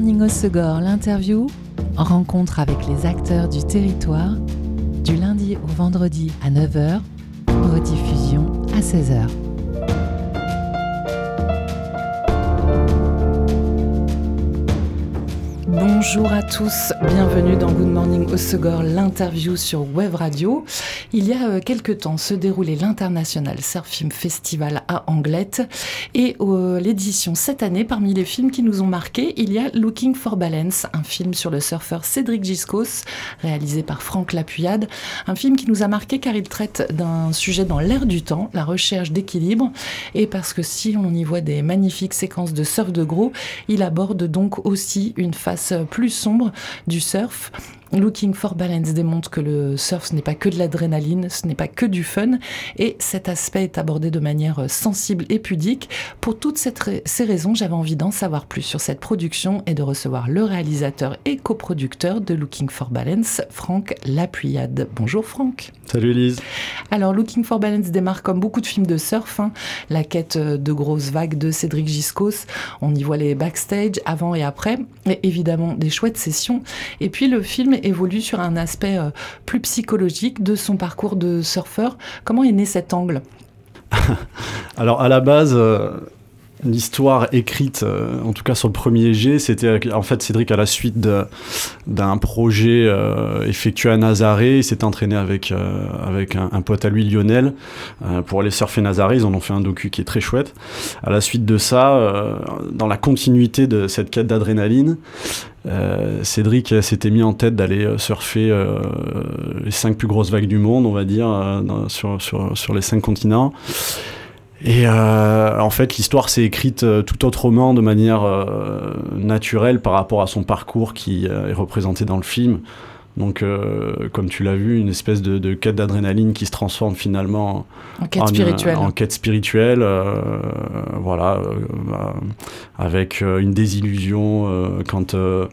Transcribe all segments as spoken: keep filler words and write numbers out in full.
Morning au Segor, l'interview, en rencontre avec les acteurs du territoire, du lundi au vendredi à neuf heures, rediffusion à seize heures. Bonjour à tous, bienvenue dans Good Morning au Segor, l'interview sur Web Radio. Il y a quelques temps se déroulait l'International Surf Film Festival à Anglet et euh, l'édition cette année, parmi les films qui nous ont marqués, il y a Looking for Balance, un film sur le surfeur Cédric Giscos, réalisé par Franck Lapuyade, un film qui nous a marqué car il traite d'un sujet dans l'air du temps, la recherche d'équilibre, et parce que si on y voit des magnifiques séquences de surf de gros, il aborde donc aussi une face plus sombre du surf. Looking for Balance démontre que le surf, ce n'est pas que de l'adrénaline, ce n'est pas que du fun, et cet aspect est abordé de manière sensible et pudique. Pour toutes ces raisons, j'avais envie d'en savoir plus sur cette production et de recevoir le réalisateur et coproducteur de Looking for Balance, Franck Lapuyade. Bonjour Franck. Salut Elise. Alors Looking for Balance démarre comme beaucoup de films de surf, hein, la quête de grosses vagues de Cédric Giscos, on y voit les backstage avant et après, et évidemment des chouettes sessions, et puis le film évolue sur un aspect euh, plus psychologique de son parcours de surfeur. Comment est né cet angle ? Alors à la base, euh, l'histoire écrite, euh, en tout cas sur le premier jet, c'était en fait Cédric à la suite de, d'un projet euh, effectué à Nazaré. Il s'est entraîné avec, euh, avec un, un pote à lui, Lionel, euh, pour aller surfer Nazaré. Ils en ont fait un docu qui est très chouette. À la suite de ça, euh, dans la continuité de cette quête d'adrénaline, Euh, Cédric s'était mis en tête d'aller surfer euh, les cinq plus grosses vagues du monde, on va dire, euh, dans, sur, sur, sur les cinq continents. Et euh, en fait, l'histoire s'est écrite euh, tout autrement, de manière euh, naturelle par rapport à son parcours qui euh, est représenté dans le film. Donc, euh, comme tu l'as vu, une espèce de, de quête d'adrénaline qui se transforme finalement en quête en, spirituelle. En quête spirituelle, euh, voilà, euh, avec euh, une désillusion euh, quand euh,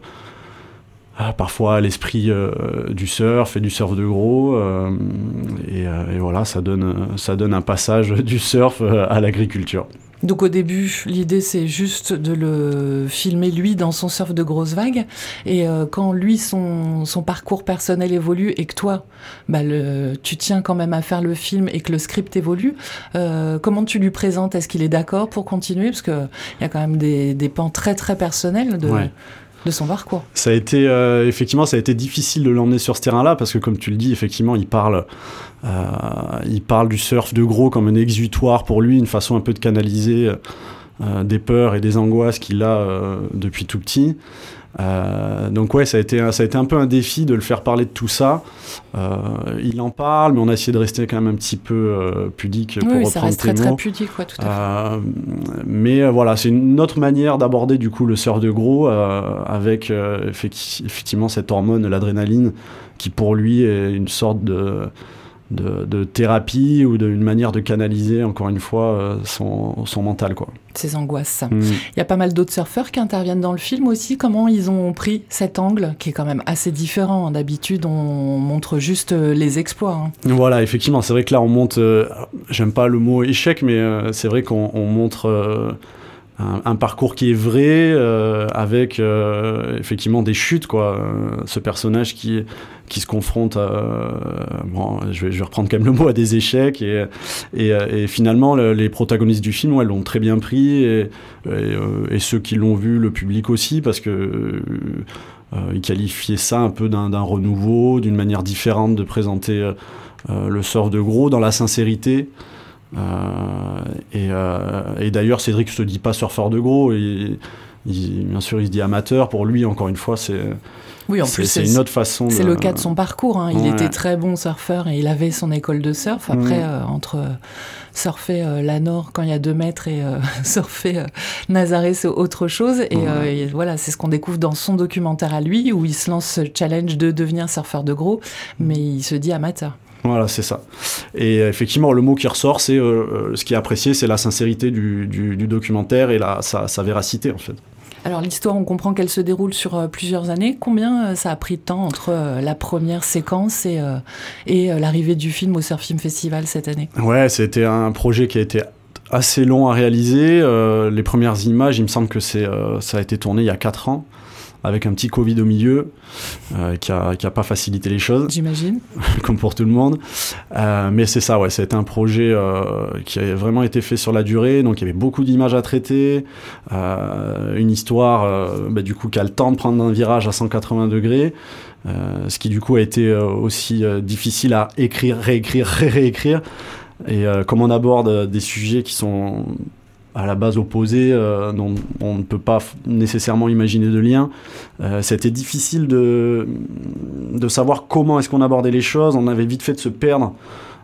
parfois l'esprit euh, du surf et du surf de gros, euh, et, euh, et voilà, ça donne, ça donne un passage du surf à l'agriculture. Donc au début, l'idée c'est juste de le filmer lui dans son surf de grosses vagues, et euh, quand lui son, son parcours personnel évolue et que toi bah, le, tu tiens quand même à faire le film et que le script évolue, euh, comment tu lui présentes ? Est-ce qu'il est d'accord pour continuer ? Parce qu'il y a quand même des, des pans très très personnels de... Ouais. de son parcours. Ça a été, euh, effectivement, ça a été difficile de l'emmener sur ce terrain-là, parce que comme tu le dis, effectivement, il parle, euh, il parle du surf de gros comme un exutoire pour lui, une façon un peu de canaliser euh, des peurs et des angoisses qu'il a euh, depuis tout petit. Euh, donc ouais, ça a été, ça a été un peu un défi de le faire parler de tout ça. Euh, il en parle, mais on a essayé de rester quand même un petit peu euh, pudique pour oui, reprendre ça reste tes très mots. très pudique, quoi, tout à fait. Euh, mais euh, voilà, c'est une autre manière d'aborder du coup le surf de gros, euh, avec euh, effectivement cette hormone, l'adrénaline, qui pour lui est une sorte de De, de thérapie ou d'une manière de canaliser encore une fois euh, son, son mental, quoi. Ses angoisses. Mmh. Il y a pas mal d'autres surfeurs qui interviennent dans le film aussi. Comment ils ont pris cet angle qui est quand même assez différent. D'habitude, on montre juste les exploits. Hein. Voilà, effectivement, c'est vrai que là on monte, euh, j'aime pas le mot échec, mais euh, c'est vrai qu'on on montre euh, un, un parcours qui est vrai, euh, avec euh, effectivement des chutes, quoi. Euh, ce personnage qui qui se confronte à, euh, bon, je vais, je vais reprendre quand même le mot, à des échecs, et, et, et finalement le, les protagonistes du film, ouais, l'ont très bien pris, et, et, et ceux qui l'ont vu, le public aussi, parce que euh, ils qualifiaient ça un peu d'un, d'un renouveau, d'une manière différente de présenter euh, le surf de gros, dans la sincérité. Euh, et, euh, et d'ailleurs Cédric ne se dit pas surfeur de gros, et, il, bien sûr il se dit amateur. Pour lui, encore une fois, c'est, oui, en c'est, plus, c'est c'est une autre façon c'est de... le cas de son parcours, hein. Il ouais. était très bon surfeur et il avait son école de surf. Après, mmh. euh, entre euh, surfer euh, la Nord quand il y a deux mètres et euh, surfer euh, Nazaré, c'est autre chose. Et, mmh. euh, et voilà, c'est ce qu'on découvre dans son documentaire à lui, où il se lance ce challenge de devenir surfeur de gros, mais il se dit amateur. Voilà, c'est ça. Et effectivement, le mot qui ressort, c'est euh, ce qui est apprécié, c'est la sincérité du, du, du documentaire et la, sa, sa véracité, en fait. Alors l'histoire, on comprend qu'elle se déroule sur euh, plusieurs années. Combien euh, ça a pris de temps entre euh, la première séquence et, euh, et euh, l'arrivée du film au Surf Film Festival cette année ? Ouais, c'était un projet qui a été assez long à réaliser. Euh, les premières images, il me semble que c'est, euh, ça a été tourné il y a quatre ans. avec un petit Covid au milieu, euh, qui a, qui a pas facilité les choses. J'imagine. Comme pour tout le monde. Euh, mais c'est ça, ouais, c'était un projet euh, qui a vraiment été fait sur la durée, donc il y avait beaucoup d'images à traiter, euh, une histoire, euh, bah, du coup, qui a le temps de prendre un virage à cent quatre-vingts degrés, euh, ce qui du coup a été euh, aussi euh, difficile à écrire, réécrire, ré-réécrire, et euh, comme on aborde euh, des sujets qui sont à la base opposés, euh, dont on ne peut pas f- nécessairement imaginer de lien, euh, c'était difficile de, de savoir comment est-ce qu'on abordait les choses. On avait vite fait de se perdre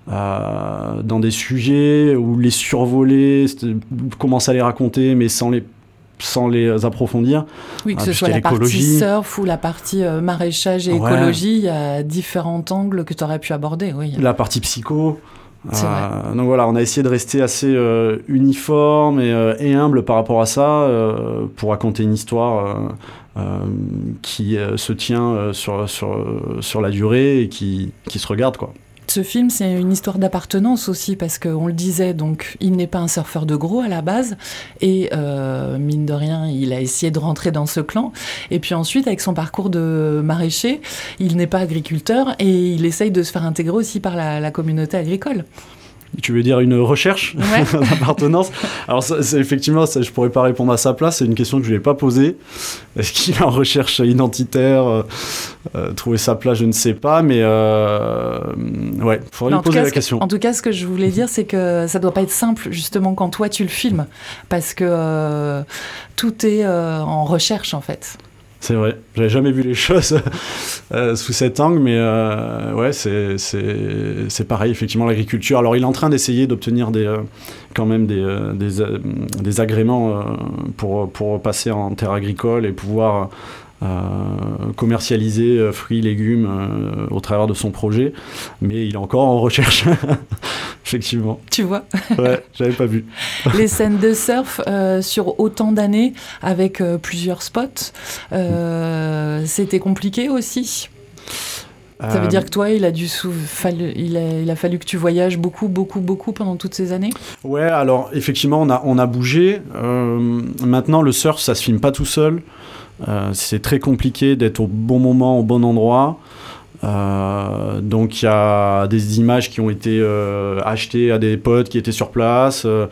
euh, dans des sujets ou les survoler, commencer à les raconter, mais sans les sans les approfondir. Oui, que Ah, ce soit la l'écologie. partie surf ou la partie euh, maraîchage et Ouais. écologie, il y a différents angles que tu aurais pu aborder, oui. La partie psycho. C'est Euh, donc voilà, on a essayé de rester assez euh, uniforme et, euh, et humble par rapport à ça euh, pour raconter une histoire euh, euh, qui euh, se tient euh, sur, sur, sur la durée et qui, qui se regarde, quoi. Ce film, c'est une histoire d'appartenance aussi, parce qu'on le disait, donc il n'est pas un surfeur de gros à la base, et euh, mine de rien, il a essayé de rentrer dans ce clan, et puis ensuite, avec son parcours de maraîcher, il n'est pas agriculteur, et il essaye de se faire intégrer aussi par la, la communauté agricole. Tu veux dire une recherche Ouais. d'appartenance? Alors ça, c'est, effectivement, ça, je pourrais pas répondre à sa place, c'est une question que je lui ai pas posée. Est-ce qu'il est en recherche identitaire, euh, euh, trouver sa place, je ne sais pas, mais euh, ouais, faudrait Mais lui en tout poser cas, la ce que- question. En tout cas, ce que je voulais dire, c'est que ça doit pas être simple, justement, quand toi tu le filmes, parce que euh, tout est euh, en recherche, en fait. C'est vrai, j'avais jamais vu les choses euh, sous cet angle, mais euh, ouais, c'est, c'est, c'est pareil, effectivement, l'agriculture. Alors, il est en train d'essayer d'obtenir des, euh, quand même des, euh, des, euh, des agréments euh, pour, pour passer en terre agricole et pouvoir euh, commercialiser euh, fruits, légumes euh, au travers de son projet. Mais il est encore en recherche, effectivement. Tu vois, Ouais, j'avais pas vu. les scènes de surf euh, sur autant d'années, avec euh, plusieurs spots, euh, c'était compliqué aussi. Ça veut Euh, dire que toi, il a, dû sou- fallu, il, a, il a fallu que tu voyages beaucoup, beaucoup, beaucoup pendant toutes ces années. Ouais, alors effectivement, on a, on a bougé. Euh, maintenant, le surf, ça se filme pas tout seul. Euh, c'est très compliqué d'être au bon moment, au bon endroit. Euh, donc il y a des images qui ont été euh, achetées à des potes qui étaient sur place. Euh,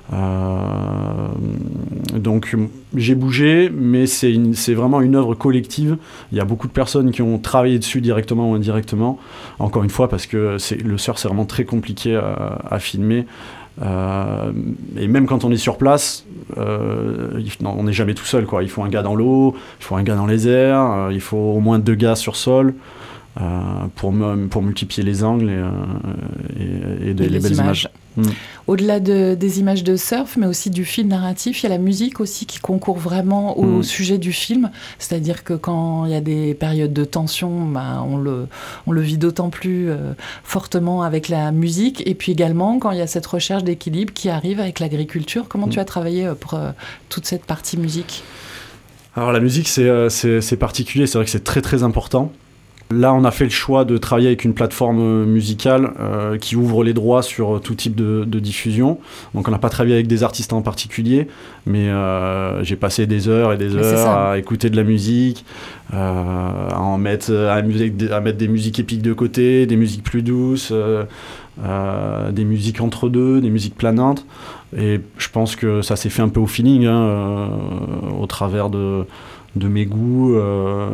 euh, donc j'ai bougé, mais c'est, une, c'est vraiment une œuvre collective. Il y a beaucoup de personnes qui ont travaillé dessus directement ou indirectement. Encore une fois, parce que c'est, le surf, c'est vraiment très compliqué à, à filmer. Euh, et même quand on est sur place, euh, il, non, on n'est jamais tout seul, quoi. Il faut un gars dans l'eau, il faut un gars dans les airs, euh, il faut au moins deux gars sur sol euh, pour, me, pour multiplier les angles et, euh, et, et, de, Et les, les belles images. images. Mm. Au-delà de, des images de surf, mais aussi du fil narratif, il y a la musique aussi qui concourt vraiment au Mm. sujet du film. C'est-à-dire que quand il y a des périodes de tension, bah, on, le, on le vit d'autant plus euh, fortement avec la musique. Et puis également, quand il y a cette recherche d'équilibre qui arrive avec l'agriculture, comment Mm. tu as travaillé euh, pour euh, toute cette partie musique ? Alors la musique, c'est, euh, c'est, c'est particulier, c'est vrai que c'est très très important. Là, on a fait le choix de travailler avec une plateforme musicale euh, qui ouvre les droits sur tout type de, de diffusion. Donc, on n'a pas travaillé avec des artistes en particulier, mais euh, j'ai passé des heures et des Mais c'est heures ça. à écouter de la musique, euh, à en mettre, à, musique, à mettre des musiques épiques de côté, des musiques plus douces, euh, euh, des musiques entre deux, des musiques planantes. Et je pense que ça s'est fait un peu au feeling, hein, euh, au travers de de mes goûts, euh,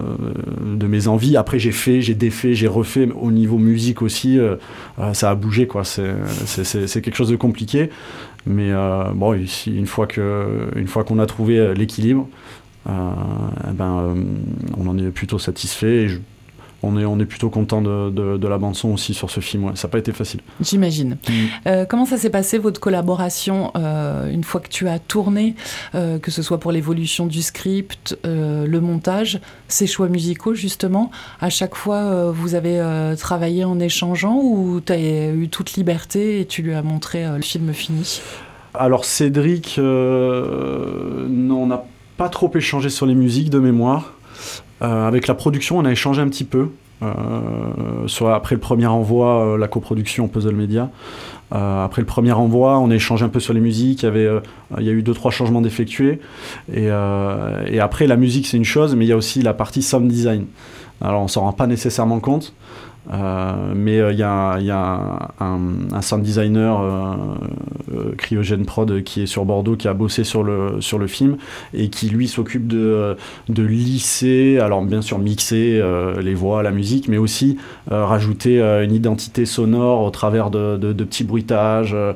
de mes envies. Après, j'ai fait, j'ai défait, j'ai refait. Au niveau musique aussi, euh, euh, ça a bougé, quoi. C'est, c'est, c'est, c'est quelque chose de compliqué. Mais euh, bon, ici, une fois, que, une fois qu'on a trouvé l'équilibre, euh, eh ben, euh, on en est plutôt satisfait. Et je, on, est, on est plutôt content de, de, de la bande-son aussi sur ce film. Ouais. Ça n'a pas été facile. J'imagine. Mm. Euh, comment ça s'est passé, votre collaboration, euh, une fois que tu as tourné, euh, que ce soit pour l'évolution du script, euh, le montage, ces choix musicaux, justement, à chaque fois, euh, vous avez euh, travaillé en échangeant ou tu as eu toute liberté et tu lui as montré euh, le film fini ? Alors, Cédric, euh, non, on n'a pas trop échangé sur les musiques de mémoire. Euh, avec la production, on a échangé un petit peu. Euh, soit après le premier envoi, euh, la coproduction Puzzle Media. Euh, après le premier envoi, on a échangé un peu sur les musiques. Il y avait, euh, il y a eu deux trois changements d'effectués. Et, euh, et après, la musique c'est une chose, mais il y a aussi la partie sound design. Alors on s'en rend pas nécessairement compte. Euh, mais il euh, y a, y a un, un sound designer euh, euh, Cryogène Prod qui est sur Bordeaux, qui a bossé sur le, sur le film et qui lui s'occupe de, de lisser, alors bien sûr mixer euh, les voix, la musique, mais aussi euh, rajouter euh, une identité sonore au travers de, de, de petits bruitages euh,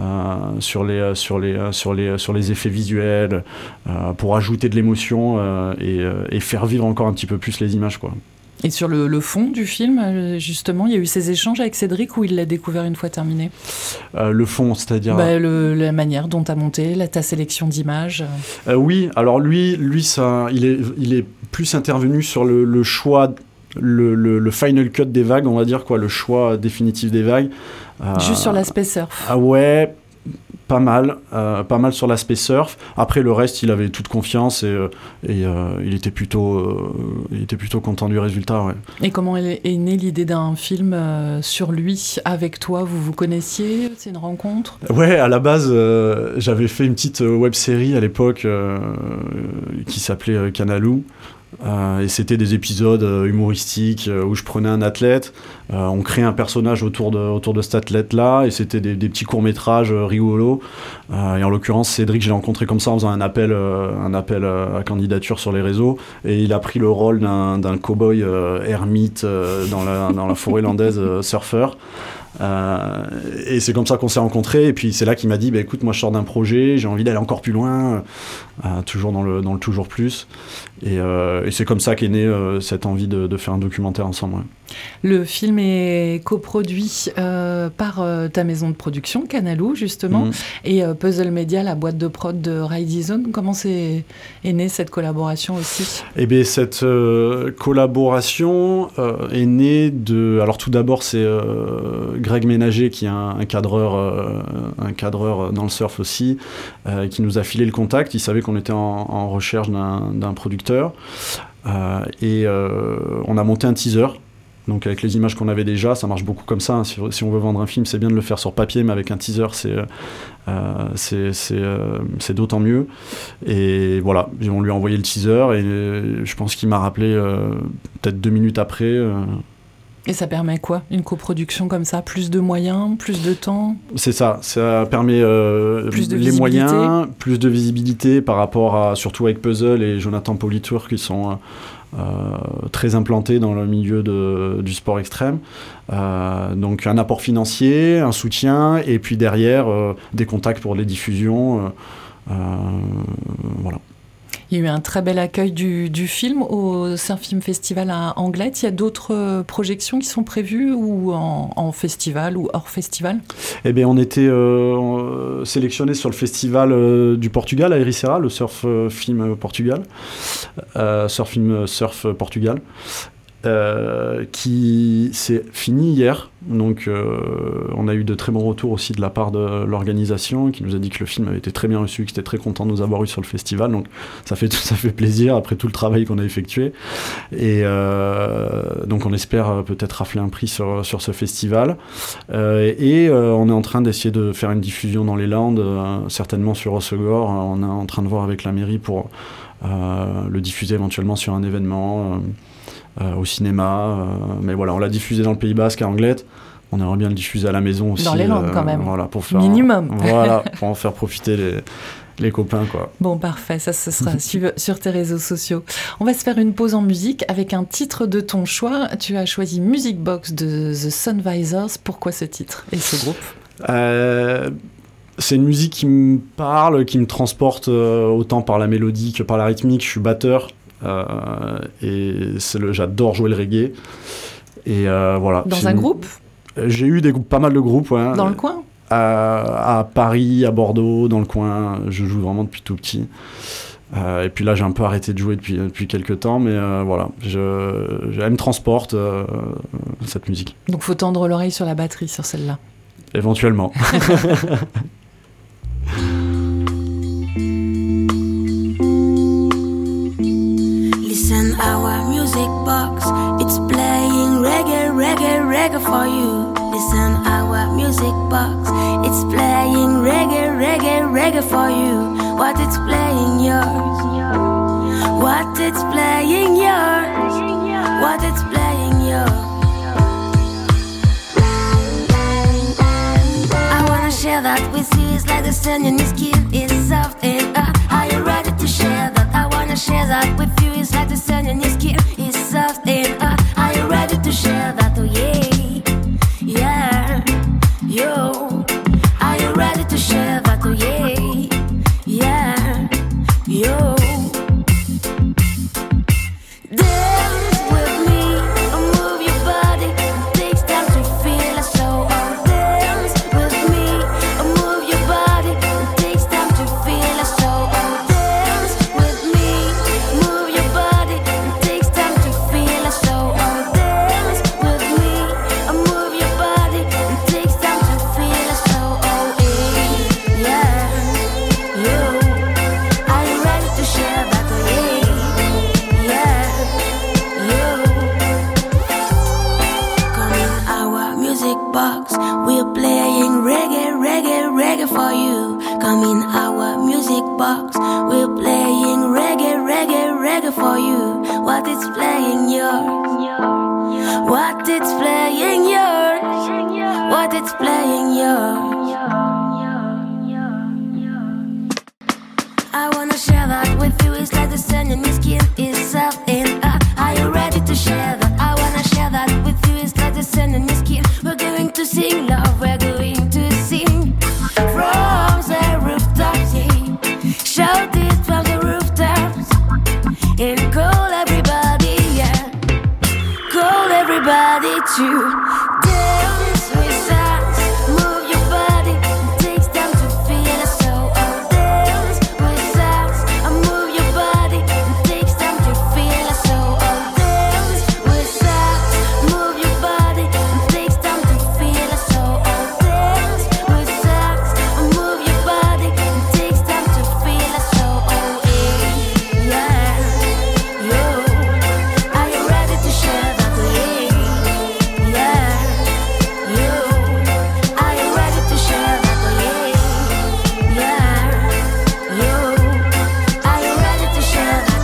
sur, les, sur, les, sur, les, sur les effets visuels euh, pour ajouter de l'émotion euh, et, et faire vivre encore un petit peu plus les images, quoi. Et sur le, le fond du film, justement, il y a eu ces échanges avec Cédric où il l'a découvert une fois terminé. Euh, le fond, c'est-à-dire bah, le, la manière dont tu as monté, la, ta sélection d'images. Euh, oui, alors lui, lui ça, il, est, il est plus intervenu sur le, le choix, le, le, le final cut des vagues, on va dire, quoi, le choix définitif des vagues. Euh, Juste sur l'aspect surf. Ah ouais, pas mal, euh, pas mal sur l'aspect surf. Après le reste, il avait toute confiance et, euh, et euh, il était plutôt, euh, il était plutôt content du résultat. Ouais. Et comment est, est née l'idée d'un film euh, sur lui avec toi? Vous vous connaissiez? C'est une rencontre? Ouais, à la base, euh, j'avais fait une petite web-série à l'époque euh, qui s'appelait euh, Canalou. Euh, et c'était des épisodes euh, humoristiques euh, où je prenais un athlète, euh, on créait un personnage autour de, autour de cet athlète-là, et c'était des, des petits courts-métrages euh, rigolos. Euh, et en l'occurrence, Cédric, je l'ai rencontré comme ça en faisant un appel, euh, un appel euh, à candidature sur les réseaux, et il a pris le rôle d'un, d'un cow-boy euh, ermite euh, dans, la, dans la forêt landaise, euh, surfeur. Euh, et c'est comme ça qu'on s'est rencontrés, et puis c'est là qu'il m'a dit bah, écoute, moi je sors d'un projet, j'ai envie d'aller encore plus loin, euh, toujours dans le, dans le toujours plus, et, euh, et c'est comme ça qu'est née euh, cette envie de, de faire un documentaire ensemble. Ouais. Le film est coproduit euh, par euh, ta maison de production Canalou justement, mmh. et euh, Puzzle Media, la boîte de prod de Ridezone. Comment c'est, est née cette collaboration aussi? Eh bien cette euh, collaboration euh, est née de, alors tout d'abord c'est euh, Greg Ménager, qui est un, un, cadreur, euh, un cadreur dans le surf aussi, euh, qui nous a filé le contact. Il savait qu'on était en, en recherche d'un, d'un producteur. Euh, et euh, on a monté un teaser. Donc avec les images qu'on avait déjà, ça marche beaucoup comme ça. Hein. Si, si on veut vendre un film, c'est bien de le faire sur papier, mais avec un teaser, c'est, euh, c'est, c'est, euh, c'est d'autant mieux. Et voilà, on lui a envoyé le teaser, et euh, je pense qu'il m'a rappelé euh, peut-être deux minutes après. Euh, Et ça permet quoi? Une coproduction comme ça? Plus de moyens, plus de temps? C'est ça, ça permet euh, plus de les moyens, plus de visibilité par rapport à, surtout avec Puzzle et Jonathan Politour qui sont euh, très implantés dans le milieu de, du sport extrême. Euh, donc un apport financier, un soutien, et puis derrière euh, des contacts pour les diffusions. Euh, euh, voilà. Il y a eu un très bel accueil du, du film au Surf Film Festival à Anglet. Il y a d'autres projections qui sont prévues ou en, en festival ou hors festival? Eh bien, on était euh, sélectionnés sur le festival euh, du Portugal à Ericeira, le Surf Film Portugal, euh, Surf Film Surf Portugal. Euh, qui s'est fini hier, donc euh, on a eu de très bons retours aussi de la part de l'organisation, qui nous a dit que le film avait été très bien reçu, qu'ils étaient très contents de nous avoir eu sur le festival, donc ça fait, ça fait plaisir après tout le travail qu'on a effectué, et euh, donc on espère peut-être rafler un prix sur, sur ce festival, euh, et euh, on est en train d'essayer de faire une diffusion dans les Landes, euh, certainement sur Hossegor. On est en train de voir avec la mairie pour euh, le diffuser éventuellement sur un événement, euh, Euh, au cinéma, euh, mais voilà, on l'a diffusé dans le Pays Basque à Anglet. On aimerait bien le diffuser à la maison aussi. Dans les Landes, euh, quand même. Voilà, pour faire minimum. Un, voilà, pour en faire profiter les, les copains, quoi. Bon, parfait, ça ce sera sur, sur tes réseaux sociaux. On va se faire une pause en musique avec un titre de ton choix. Tu as choisi Music Box de The Sunvisors. Pourquoi ce titre et ce groupe? euh... C'est une musique qui me parle, qui me transporte euh, autant par la mélodie que par la rythmique. Je suis batteur. Euh, et c'est le, j'adore jouer le reggae. Et euh, voilà. Dans un groupe? J'ai eu des, pas mal de groupes. Ouais. Dans le coin? à, à Paris, à Bordeaux, dans le coin. Je joue vraiment depuis tout petit. Euh, et puis là, j'ai un peu arrêté de jouer depuis, depuis quelques temps, mais euh, voilà, je, je, elle me transporte, euh, cette musique. Donc, faut tendre l'oreille sur la batterie, sur celle-là. Éventuellement. Listen our music box, it's playing music box. It's playing reggae, reggae, reggae for you. What it's playing yours. What it's playing yours. What it's playing yours. I wanna share that with you. It's like the sun in your skin is soft and hot. Are you ready to share that? I wanna share that with you. It's like the sun in your skin is soft and hot. Are you ready to share that? Oh yeah, yeah, yo. Are you ready to share that? Oh yeah, yeah, yo. Dance with me, move your body. Takes time to feel a soul. Dance with me, move your body. Takes time to feel a soul. Dance with me, move your body. Takes time to feel a soul. Dance with me, move your body. Takes time to feel a soul. Yeah, yo. Are you ready to share that? Yeah, yo. Come in our music box. We're playing reggae, reggae, reggae for you. Come in our music box. We're playing reggae, reggae, reggae for you. What it's playing yours. What it's playing yours. What it's playing yours. I wanna share that with you. It's like the sun in your skin is soft and hot. Are you ready to share that? I wanna share that with you. It's like the sun in your skin. We're going to sing love. We're going to sing from the rooftops. Yeah. Shout it from the rooftops and call everybody. Yeah, call everybody to dance with us. Move your body. It takes time to feel a soul. Dance with us. Move your body. It takes time to feel a soul. Dance with us. Move your body. It takes time to feel a soul. Dance with us. Move your body. It takes time to feel a soul. Yeah, yo. Are you ready to share that? Yeah, yo. Are you ready to share that? Yeah, yo. Are you ready to share that?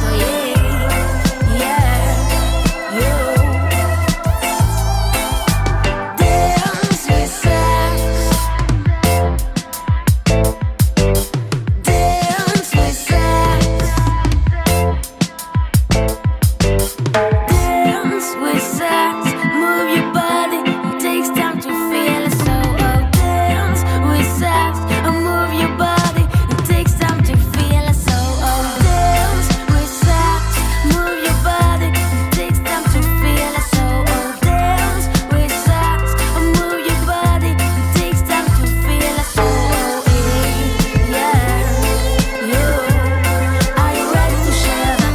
Yeah, yo. Dance with us. Dance with us. Dance with us. Move your body. It takes time to feel a soul. Dance with us. Move your body. It takes time to feel a soul. Dance with us. Move your body. It takes time to feel a soul. Dance with us. Move your body. It takes time to feel a soul. Yeah, yo. Are you ready to share that?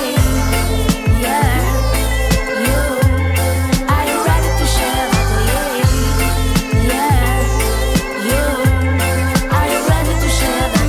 Yeah, yo. Are you ready to share that? Yeah, yo. Are you ready to share that?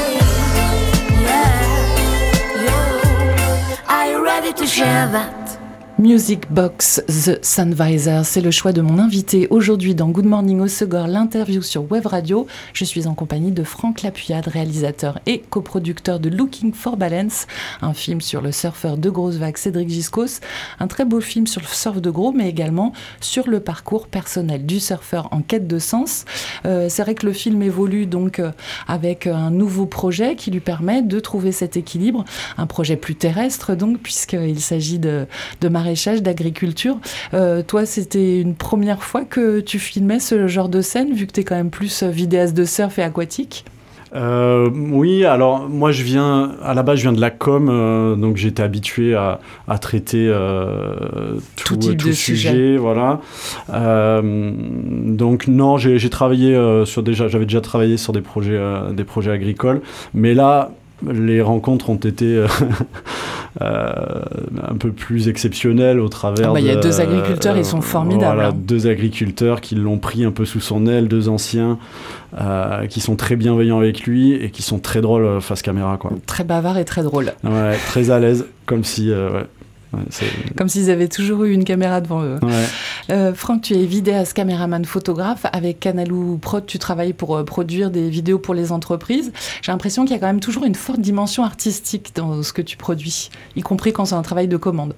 Yeah, yo. Are you ready to share that? Music Box, The Sunvisor, c'est le choix de mon invité aujourd'hui dans Good Morning Hossegor, l'interview sur Web Radio. Je suis en compagnie de Franck Lapuyade, réalisateur et coproducteur de Looking for Balance, un film sur le surfeur de grosses vagues Cédric Giscos, un très beau film sur le surf de gros, mais également sur le parcours personnel du surfeur en quête de sens. Euh, c'est vrai que le film évolue donc euh, avec un nouveau projet qui lui permet de trouver cet équilibre, un projet plus terrestre donc, puisqu'il s'agit de, de maraîchage, d'agriculture. Euh, toi, c'était une première fois que tu filmais ce genre de scène, vu que tu es quand même plus vidéaste de surf et aquatique? Euh, oui, alors moi je viens, à la base je viens de la com, euh, donc j'étais habitué à, à traiter euh, tout, tout type tout de sujet, sujet. voilà. Euh, donc non, j'ai, j'ai travaillé euh, sur déjà, j'avais déjà travaillé sur des projets, euh, des projets agricoles, mais là les rencontres ont été euh, euh, un peu plus exceptionnelles au travers. Ah bah, de, y a deux agriculteurs, euh, ils sont formidables. Voilà, hein. deux agriculteurs qui l'ont pris un peu sous son aile, deux anciens euh, qui sont très bienveillants avec lui et qui sont très drôles face caméra, quoi. Très bavard et très drôle. Ouais, très à l'aise, comme si. Euh, ouais. Ouais, c'est... Comme s'ils avaient toujours eu une caméra devant eux. Ouais. Euh, Franck, tu es vidéaste, caméraman, photographe. Avec Canalou Prod, tu travailles pour euh, produire des vidéos pour les entreprises. J'ai l'impression qu'il y a quand même toujours une forte dimension artistique dans ce que tu produis, y compris quand c'est un travail de commande.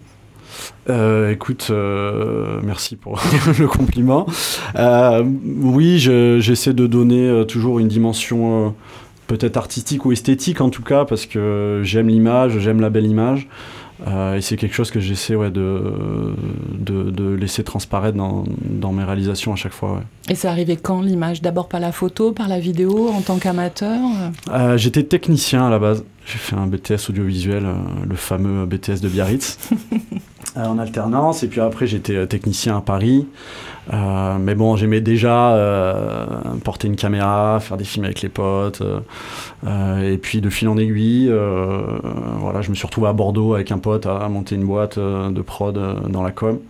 Euh, écoute, euh, merci pour le compliment. Euh, oui, je, j'essaie de donner euh, toujours une dimension euh, peut-être artistique ou esthétique en tout cas, parce que j'aime l'image, j'aime la belle image. Euh, et c'est quelque chose que j'essaie ouais, de, de, de laisser transparaître dans, dans mes réalisations à chaque fois. Ouais. Et c'est arrivé quand l'image ? D'abord par la photo, par la vidéo, en tant qu'amateur ? euh, J'étais technicien à la base. J'ai fait un B T S audiovisuel, euh, le fameux B T S de Biarritz, euh, en alternance. Et puis après, j'étais technicien à Paris. Euh, mais bon, j'aimais déjà euh, porter une caméra, faire des films avec les potes. Euh, et puis de fil en aiguille, euh, voilà, je me suis retrouvé à Bordeaux avec un pote à, à monter une boîte euh, de prod euh, dans la com.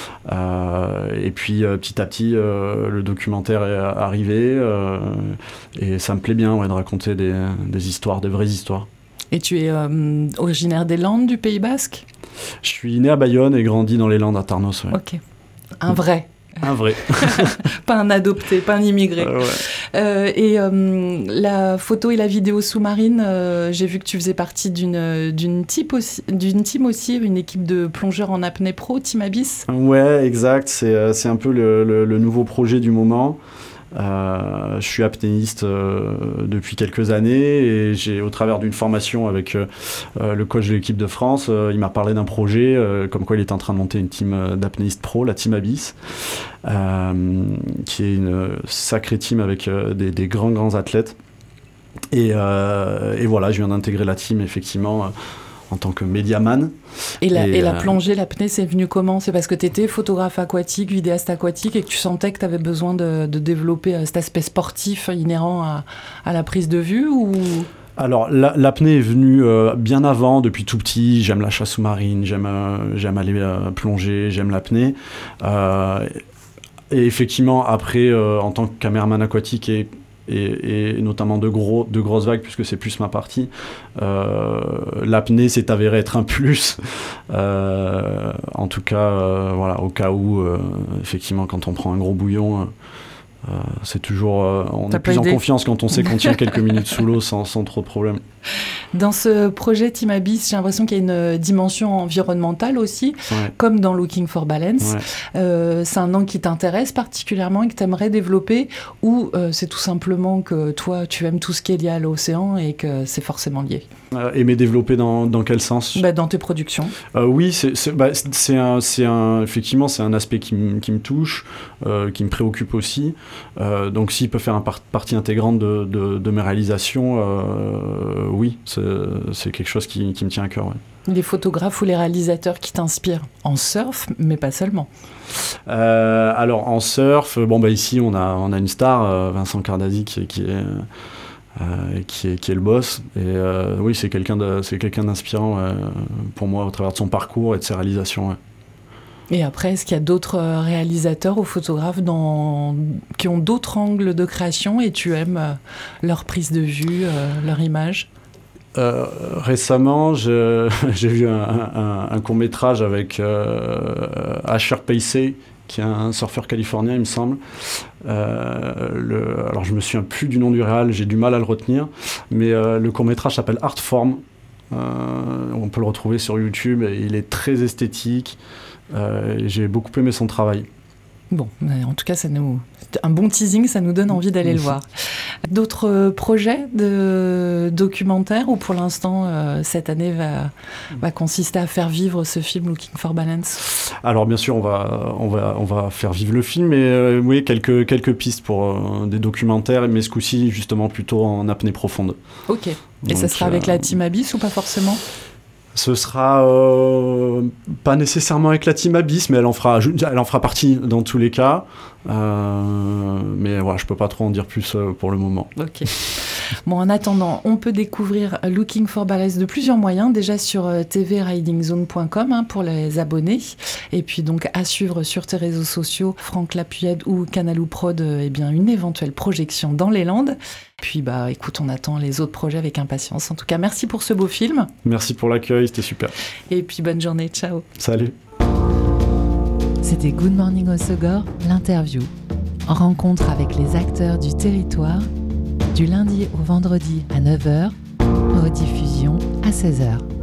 Euh, et puis euh, petit à petit, euh, le documentaire est arrivé. Euh, et ça me plaît bien ouais, de raconter des, des histoires, des vraies histoires. Et tu es euh, originaire des Landes, du Pays Basque ? Je suis né à Bayonne et grandi dans les Landes à Tarnos. Ouais. Ok. Un vrai. Un vrai. Pas un adopté, pas un immigré. Euh, ouais. euh, et euh, la photo et la vidéo sous-marine, euh, j'ai vu que tu faisais partie d'une, d'une, type aussi, d'une team aussi, une équipe de plongeurs en apnée pro, Team Abyss. Ouais, exact. C'est, c'est un peu le, le, le nouveau projet du moment. Euh, je suis apnéiste euh, depuis quelques années et j'ai, au travers d'une formation avec euh, le coach de l'équipe de France, euh, il m'a parlé d'un projet euh, comme quoi il était en train de monter une team d'apnéistes pro, la Team Abyss, euh, qui est une sacrée team avec euh, des, des grands grands athlètes. Et, euh, et voilà, je viens d'intégrer la team effectivement. Euh, en tant que médiaman. Et la, et, et la euh, plongée, l'apnée, c'est venu comment ? C'est parce que tu étais photographe aquatique, vidéaste aquatique et que tu sentais que tu avais besoin de, de développer cet aspect sportif inhérent à, à la prise de vue ou... Alors, la, l'apnée est venue euh, bien avant, depuis tout petit. J'aime la chasse sous-marine, j'aime, euh, j'aime aller euh, plonger, j'aime l'apnée. Euh, et effectivement, après, euh, en tant que caméraman aquatique et Et, et notamment de, gros, de grosses vagues, puisque c'est plus ma partie. Euh, l'apnée s'est avérée être un plus. Euh, en tout cas, euh, voilà, au cas où, euh, effectivement, quand on prend un gros bouillon, euh, euh, c'est toujours... Euh, on T'as est plus pas en idée. confiance quand on sait qu'on tient quelques minutes sous l'eau sans, sans trop de problèmes. Dans ce projet Team Abyss, j'ai l'impression qu'il y a une dimension environnementale aussi, Ouais. comme dans Looking for Balance. Ouais. Euh, c'est un angle qui t'intéresse particulièrement et que tu aimerais développer, ou euh, c'est tout simplement que toi, tu aimes tout ce qui est lié à l'océan et que c'est forcément lié Euh, aimer développer dans, dans quel sens ? bah, dans tes productions. Euh, oui, c'est, c'est, bah, c'est un, c'est un, effectivement, c'est un aspect qui, m- qui me touche, euh, qui me préoccupe aussi. Euh, donc, s'il peut faire une par- partie intégrante de, de, de mes réalisations, euh, oui, c'est, c'est quelque chose qui, qui me tient à cœur. Ouais. Les photographes ou les réalisateurs qui t'inspirent en surf, mais pas seulement. Euh, alors, en surf, bon, bah, ici, on a, on a une star, euh, Vincent Cardazzi, qui, qui est... Euh, qui, est, qui est le boss et euh, oui c'est quelqu'un, de, c'est quelqu'un d'inspirant euh, pour moi au travers de son parcours et de ses réalisations ouais. Et après, est-ce qu'il y a d'autres réalisateurs ou photographes dans... qui ont d'autres angles de création et tu aimes euh, leur prise de vue, euh, leur image ? Euh, récemment, je, j'ai vu un, un, un court-métrage avec euh, Asher Pacey, qui est un surfeur californien, il me semble. Euh, le, alors, je me souviens plus du nom du réal, j'ai du mal à le retenir, mais euh, le court-métrage s'appelle Artform. Euh, on peut le retrouver sur YouTube, et il est très esthétique, euh, et j'ai beaucoup aimé son travail. Bon, en tout cas, ça nous... un bon teasing, ça nous donne envie d'aller le voir. D'autres projets de documentaires ou pour l'instant, euh, cette année va, va consister à faire vivre ce film Looking for Balance ? Alors, bien sûr, on va, on va, on va faire vivre le film, et euh, oui, quelques, quelques pistes pour euh, des documentaires, mais ce coup-ci, justement, plutôt en apnée profonde. Ok. Et Donc, ça sera euh, avec la Team Abyss ou pas forcément ? Ce sera euh, pas nécessairement avec la Team Abyss, mais elle en fera, elle en fera partie dans tous les cas. Euh, mais voilà, je peux pas trop en dire plus euh, pour le moment. Ok. Bon, en attendant, on peut découvrir Looking for Ballast de plusieurs moyens, déjà sur t v riding zone point com hein, pour les abonnés, et puis donc à suivre sur tes réseaux sociaux, Franck Lapuyède ou Canalou Prod, eh bien une éventuelle projection dans les Landes. Puis bah écoute, on attend les autres projets avec impatience. En tout cas, merci pour ce beau film. Merci pour l'accueil, c'était super. Et puis bonne journée, ciao. Salut. C'était Good Morning Hossegor, l'interview. Rencontre avec les acteurs du territoire, du lundi au vendredi à neuf heures, rediffusion à seize heures.